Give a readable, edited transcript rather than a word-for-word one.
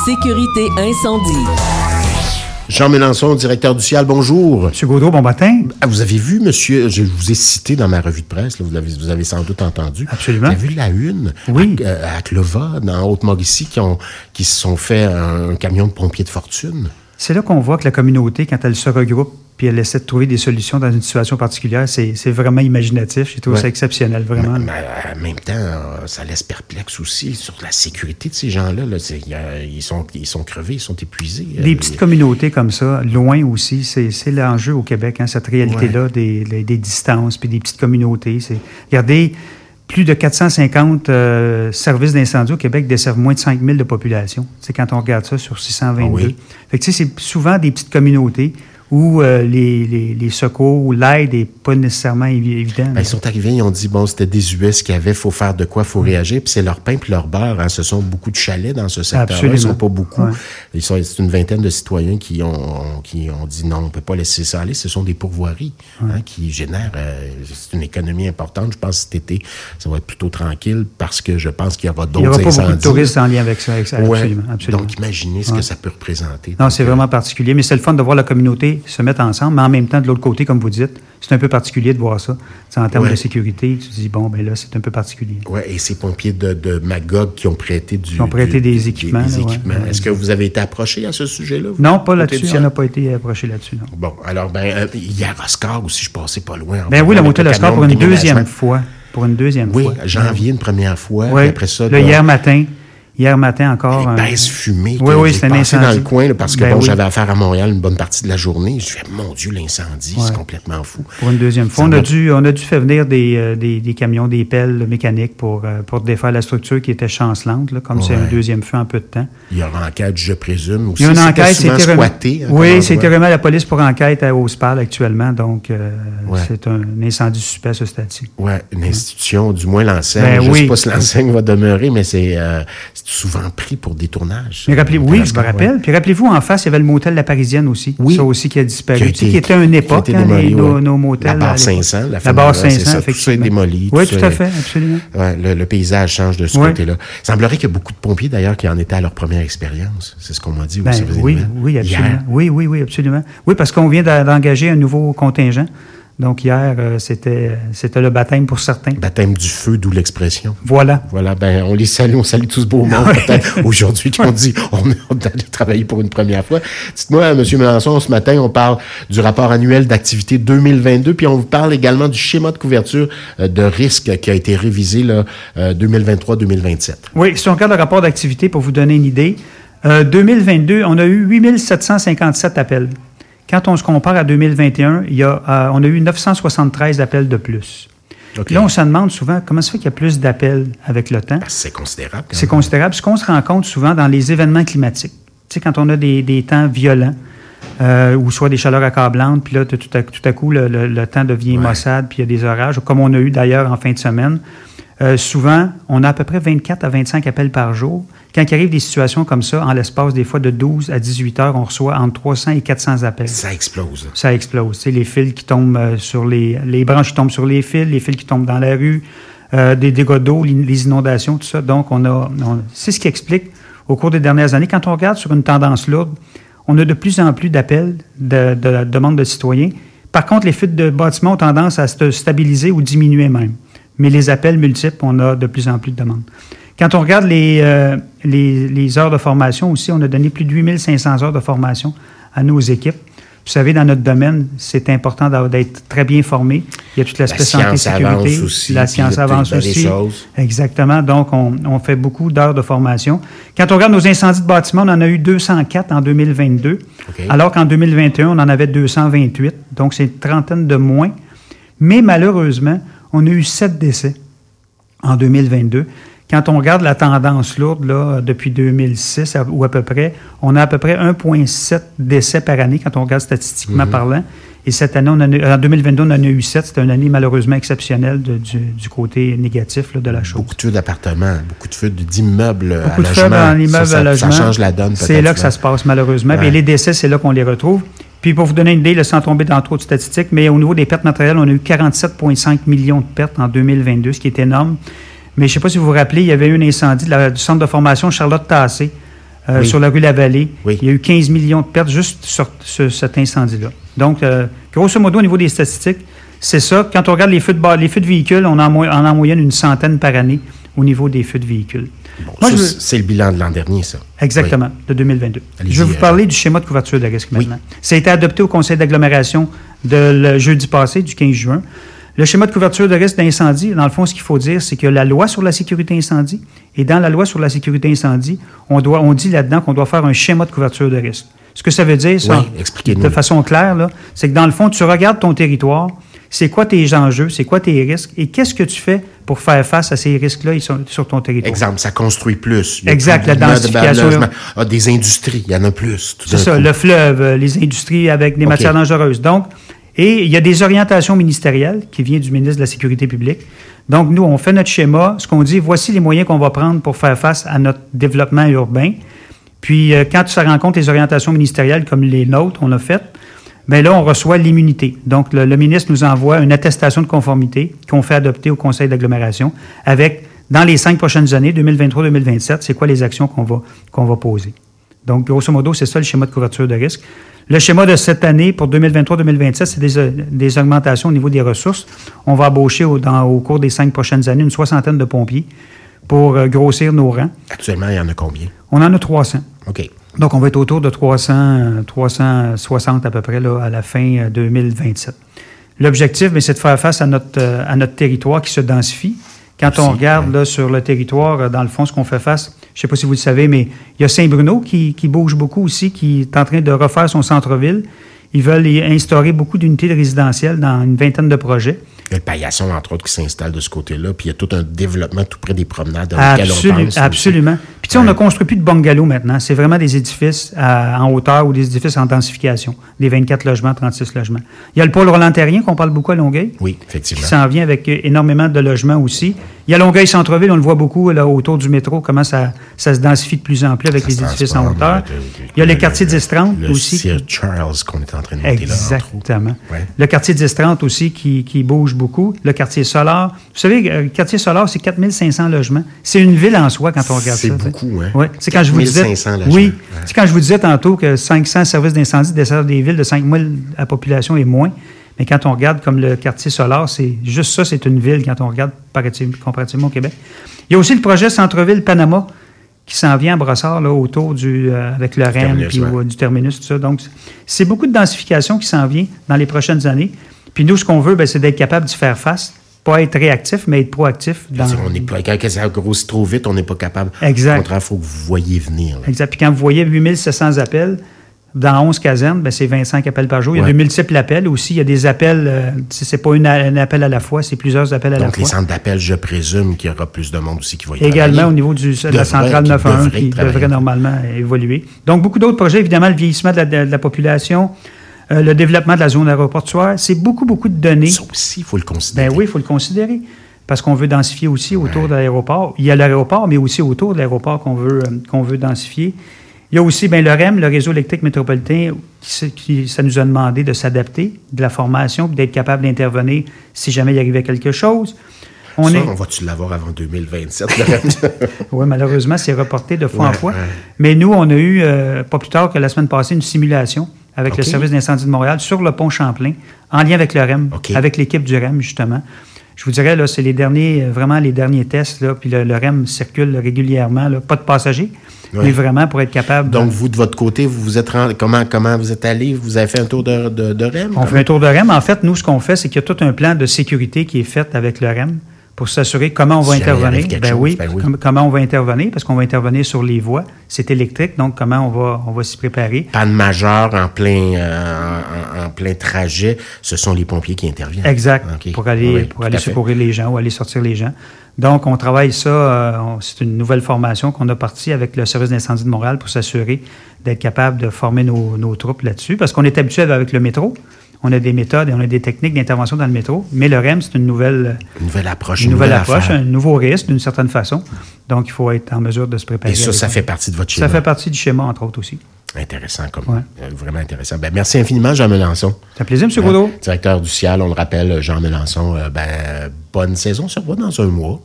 Sécurité incendie. Jean Mélenchon, directeur du CIAL, bonjour. Monsieur Gaudreau, bon matin. Vous avez vu, monsieur, je vous ai cité dans ma revue de presse, là, vous avez sans doute entendu. Absolument. Vous avez vu la une oui. à Clova, dans Haute-Mauricie, qui se sont fait un camion de pompiers de fortune. C'est là qu'on voit que la communauté, quand elle se regroupe puis elle essaie de trouver des solutions dans une situation particulière, c'est vraiment imaginatif. J'ai trouvé ça exceptionnel, vraiment. Mais en même temps, ça laisse perplexe aussi sur la sécurité de ces gens-là. Là. Ils sont crevés, ils sont épuisés. Des petites communautés comme ça, loin aussi, c'est l'enjeu au Québec, hein, cette réalité-là des distances puis des petites communautés. Regardez, plus de 450 services d'incendie au Québec desservent moins de 5 000 de population. C'est quand on regarde ça sur 622. Ah oui. Fait que, c'est souvent des petites communautés où les secours ou l'aide n'est pas nécessairement évident. Ils sont arrivés, ils ont dit, bon, c'était désuet ce qu'il y avait, il faut faire de quoi, il faut réagir. Puis c'est leur pain puis leur beurre. Hein. Ce sont beaucoup de chalets dans ce secteur-là. Ils ne sont pas beaucoup. Ouais. C'est une vingtaine de citoyens qui ont dit non, on ne peut pas laisser ça aller. Ce sont des pourvoiries qui génèrent... c'est une économie importante. Je pense que cet été, ça va être plutôt tranquille parce que je pense qu'il y aura d'autres incendies. Il n'y aura pas beaucoup de touristes en lien avec ça. Absolument. Donc, imaginez ce que ça peut représenter. Non, c'est vraiment particulier. Mais c'est le fun de voir la communauté se mettre ensemble, mais en même temps, de l'autre côté, comme vous dites, c'est un peu particulier de voir ça. T'sais, en termes de sécurité, tu te dis, bon, ben là, c'est un peu particulier. Oui, et ces pompiers de Magog qui ont prêté des équipements. Des équipements. Est-ce que vous avez été approché à ce sujet-là? Non, pas là-dessus. On n'a pas été approché là-dessus, non. Bon, alors, hier à Oscar aussi, je passais pas loin. Oui, la montée de Oscar pour une deuxième fois. Oui, janvier, une première fois. Oui, après ça, Hier matin encore. Épaisse fumée. Oui, c'était un incendie. Dans le coin, là, parce que j'avais affaire à Montréal une bonne partie de la journée. Je me suis dit, mon Dieu, l'incendie, c'est complètement fou. Pour une deuxième fois. On a dû faire venir des camions, des pelles mécaniques pour défaire la structure qui était chancelante, là, comme c'est un deuxième feu en peu de temps. Il y aura enquête, je présume. Aussi. Il y a une enquête, c'était squatté. Oui, c'était remis à la police pour enquête au SPAL actuellement. Donc, c'est un incendie suspect à ce stade-ci. Oui, une institution, du moins l'enseigne. Je ne sais pas si l'enseigne va demeurer, mais c'est souvent pris pour des tournages. Mais rappelez-vous, je me rappelle. Puis rappelez-vous, en face, il y avait le motel La Parisienne aussi. Ça aussi qui a disparu. Qui était une époque, nos motels. La barre 500. La barre 500, effectivement. Tout ça est démoli. Oui, tout à fait, absolument. Ouais, le paysage change de ce côté-là. Il semblerait qu'il y a beaucoup de pompiers, d'ailleurs, qui en étaient à leur première expérience. C'est ce qu'on m'a dit. Oui, absolument. Oui, absolument. Oui, parce qu'on vient d'engager un nouveau contingent. Donc, hier, c'était le baptême pour certains. Baptême du feu, d'où l'expression. Voilà, on les salue, on salue tout ce beau monde, peut-être, aujourd'hui, qui ont dit, on allait travailler pour une première fois. Dites-moi, M. Mélenchon, ce matin, on parle du rapport annuel d'activité 2022, puis on vous parle également du schéma de couverture de risque qui a été révisé, 2023-2027. Oui, si on regarde le rapport d'activité, pour vous donner une idée, 2022, on a eu 8757 appels. Quand on se compare à 2021, on a eu 973 appels de plus. Okay. Là, on se demande souvent comment ça fait qu'il y a plus d'appels avec le temps. C'est considérable. C'est considérable. Ce qu'on se rend compte souvent dans les événements climatiques. Tu sais, quand on a des temps violents, ou soit des chaleurs accablantes, puis là, tout à coup, le temps devient maussade, puis il y a des orages, comme on a eu d'ailleurs en fin de semaine. Souvent, on a à peu près 24 à 25 appels par jour. Quand il arrive des situations comme ça, en l'espace des fois de 12 à 18 heures, on reçoit entre 300 et 400 appels. Ça explose. Ça explose. C'est les fils qui tombent sur les branches qui tombent sur les fils qui tombent dans la rue, des dégâts d'eau, les inondations, tout ça. Donc, c'est ce qui explique, au cours des dernières années, quand on regarde sur une tendance lourde, on a de plus en plus d'appels de la demande de citoyens. Par contre, les fuites de bâtiments ont tendance à se stabiliser ou diminuer même. Mais les appels multiples, on a de plus en plus de demandes. Quand on regarde les heures de formation aussi, on a donné plus de 8500 heures de formation à nos équipes. Vous savez, dans notre domaine, c'est important d'être très bien formé. Il y a toute l'aspect santé-sécurité. La science avance aussi. Exactement. Donc, on fait beaucoup d'heures de formation. Quand on regarde nos incendies de bâtiments, on en a eu 204 en 2022, alors qu'en 2021, on en avait 228. Donc, c'est une trentaine de moins. Mais malheureusement, on a eu 7 décès en 2022. Quand on regarde la tendance lourde, là, depuis 2006 ou à peu près, on a à peu près 1,7 décès par année quand on regarde statistiquement parlant. Et cette année, en 2022, on en a eu 7. C'était une année malheureusement exceptionnelle du côté négatif là, de la chose. Beaucoup de feux d'appartements, beaucoup de feux d'immeubles à logement. Beaucoup de feux dans l'immeuble à logement. Ça change la donne peut-être. C'est là que ça se passe malheureusement. Et les décès, c'est là qu'on les retrouve. Puis pour vous donner une idée, là, sans tomber dans trop de statistiques, mais au niveau des pertes matérielles, on a eu 47,5 millions de pertes en 2022, ce qui est énorme. Mais je ne sais pas si vous vous rappelez, il y avait eu un incendie du centre de formation Charlotte Tassé sur la rue Lavallée. Oui. Il y a eu 15 millions de pertes juste sur cet incendie-là. Donc, grosso modo, au niveau des statistiques, c'est ça. Quand on regarde les feux de véhicules, on en a en moyenne une centaine par année au niveau des feux de véhicules. Bon, c'est le bilan de l'an dernier, ça. Exactement, de 2022. Je vais vous parler du schéma de couverture de risque maintenant. Ça a été adopté au conseil d'agglomération le jeudi passé, du 15 juin. Le schéma de couverture de risque d'incendie, dans le fond, ce qu'il faut dire, c'est que la loi sur la sécurité incendie, et dans la loi sur la sécurité incendie, on dit là-dedans qu'on doit faire un schéma de couverture de risque. Ce que ça veut dire, ça, de façon claire, là, c'est que dans le fond, tu regardes ton territoire, c'est quoi tes enjeux, c'est quoi tes risques, et qu'est-ce que tu fais pour faire face à ces risques-là sur ton territoire. Exemple, ça construit plus. Exact, la densification. Des industries, il y en a plus. C'est ça, le fleuve, les industries avec des matières dangereuses. Donc, et il y a des orientations ministérielles qui viennent du ministre de la Sécurité publique. Donc, nous, on fait notre schéma, ce qu'on dit, voici les moyens qu'on va prendre pour faire face à notre développement urbain. Puis, quand ça rencontre les orientations ministérielles comme les nôtres, on a fait, bien là, on reçoit l'immunité. Donc, le ministre nous envoie une attestation de conformité qu'on fait adopter au conseil d'agglomération avec, dans les 5 prochaines années, 2023-2027, c'est quoi les actions qu'on va poser. Donc, grosso modo, c'est ça le schéma de couverture de risque. Le schéma de cette année, pour 2023-2027, c'est des augmentations au niveau des ressources. On va embaucher au cours des 5 prochaines années une 60aine de pompiers pour grossir nos rangs. Actuellement, il y en a combien? On en a 300. OK. Donc, on va être autour de 360 à peu près là, à la fin 2027. L'objectif, c'est de faire face à notre territoire qui se densifie. Quand on regarde là, sur le territoire, dans le fond, ce qu'on fait face, je ne sais pas si vous le savez, mais il y a Saint-Bruno qui bouge beaucoup aussi, qui est en train de refaire son centre-ville. Ils veulent y instaurer beaucoup d'unités résidentielles dans une vingtaine de projets. Il y a le paillasson, entre autres, qui s'installe de ce côté-là, puis il y a tout un développement tout près des promenades auxquelles on pense. Absolument. Puis tu sais, on ne construit plus de bungalows maintenant. C'est vraiment des édifices en hauteur ou des édifices en densification. Des 24 logements, 36 logements. Il y a le pôle Roland-Terrien qu'on parle beaucoup à Longueuil. Oui, effectivement. Qui s'en vient avec énormément de logements aussi. Il y a Longueuil Centre-Ville, on le voit beaucoup là, autour du métro, comment ça se densifie de plus en plus avec les édifices en hauteur. Il y a le quartier 10-30 aussi. C'est Charles qu'on est en train de monter Exactement. là. Ouais. Le quartier 10-30 aussi qui bouge beaucoup. Le quartier Solar. Vous savez, le quartier Solar, c'est 4500 logements. C'est une ville en soi quand on regarde ça. C'est beaucoup, hein? Oui. C'est quand je vous disais. 4500 logements. Oui. C'est quand je vous disais tantôt que 500 services d'incendie desservent des villes de 5000 à population et moins. Mais quand on regarde comme le quartier Solar, c'est juste ça, c'est une ville quand on regarde comparativement au Québec. Il y a aussi le projet Centre-Ville Panama qui s'en vient à Brossard, là, autour avec le REM puis du terminus, tout ça. Donc, c'est beaucoup de densification qui s'en vient dans les prochaines années. Puis nous, ce qu'on veut, c'est d'être capable d'y faire face. Pas être réactif, mais être proactif. Quand ça grossit trop vite, on n'est pas capable. Exact. Au contraire, il faut que vous voyez venir. Là. Exact. Puis quand vous voyez 8700 appels, dans 11 casernes, c'est 25 appels par jour. Il y a de multiples appels aussi. Il y a des appels, c'est pas un appel à la fois, c'est plusieurs appels à la fois. Donc, les centres d'appel, je présume qu'il y aura plus de monde aussi qui va y également travailler. Au niveau de la centrale 911 qui devrait normalement évoluer. Donc, beaucoup d'autres projets, évidemment, le vieillissement de la population, le développement de la zone aéroportuaire, c'est beaucoup de données. Ça aussi, il faut le considérer. Ben oui, il faut le considérer. Parce qu'on veut densifier aussi autour de l'aéroport. Il y a l'aéroport, mais aussi autour de l'aéroport qu'on veut densifier. Il y a aussi le REM, le réseau électrique métropolitain, ça nous a demandé de s'adapter, de la formation, d'être capable d'intervenir si jamais il arrivait quelque chose. On va-tu l'avoir avant 2027, le REM? Oui, malheureusement, c'est reporté de fois en fois. Mais nous, on a eu, pas plus tard que la semaine passée, une simulation avec le service d'incendie de Montréal sur le pont Champlain, en lien avec le REM, avec l'équipe du REM, justement. Je vous dirais, là, c'est les derniers tests, là, puis le REM circule régulièrement, là, pas de passagers, mais vraiment pour être capable... Donc, vous, de votre côté, vous êtes comment vous êtes allé? Vous avez fait un tour de REM? On fait un tour de REM. En fait, nous, ce qu'on fait, c'est qu'il y a tout un plan de sécurité qui est fait avec le REM pour s'assurer comment on va intervenir. Comment on va intervenir, parce qu'on va intervenir sur les voies. C'est électrique, donc comment on va s'y préparer. Panne majeure en plein trajet, ce sont les pompiers qui interviennent. Exact, pour aller secourir les gens ou aller sortir les gens. Donc, on travaille ça, c'est une nouvelle formation qu'on a partie avec le service d'incendie de Montréal pour s'assurer d'être capable de former nos troupes là-dessus, parce qu'on est habitué avec le métro. On a des méthodes et on a des techniques d'intervention dans le métro, mais le REM, c'est une nouvelle approche, un nouveau risque d'une certaine façon. Donc, il faut être en mesure de se préparer. Et ça fait partie de votre schéma? Ça fait partie du schéma, entre autres aussi. Intéressant, vraiment intéressant. Merci infiniment, Jean Melançon. Ça fait plaisir, M. Gaudreau. Directeur du CIAL, on le rappelle, Jean Melançon, bonne saison, on se revoit dans un mois.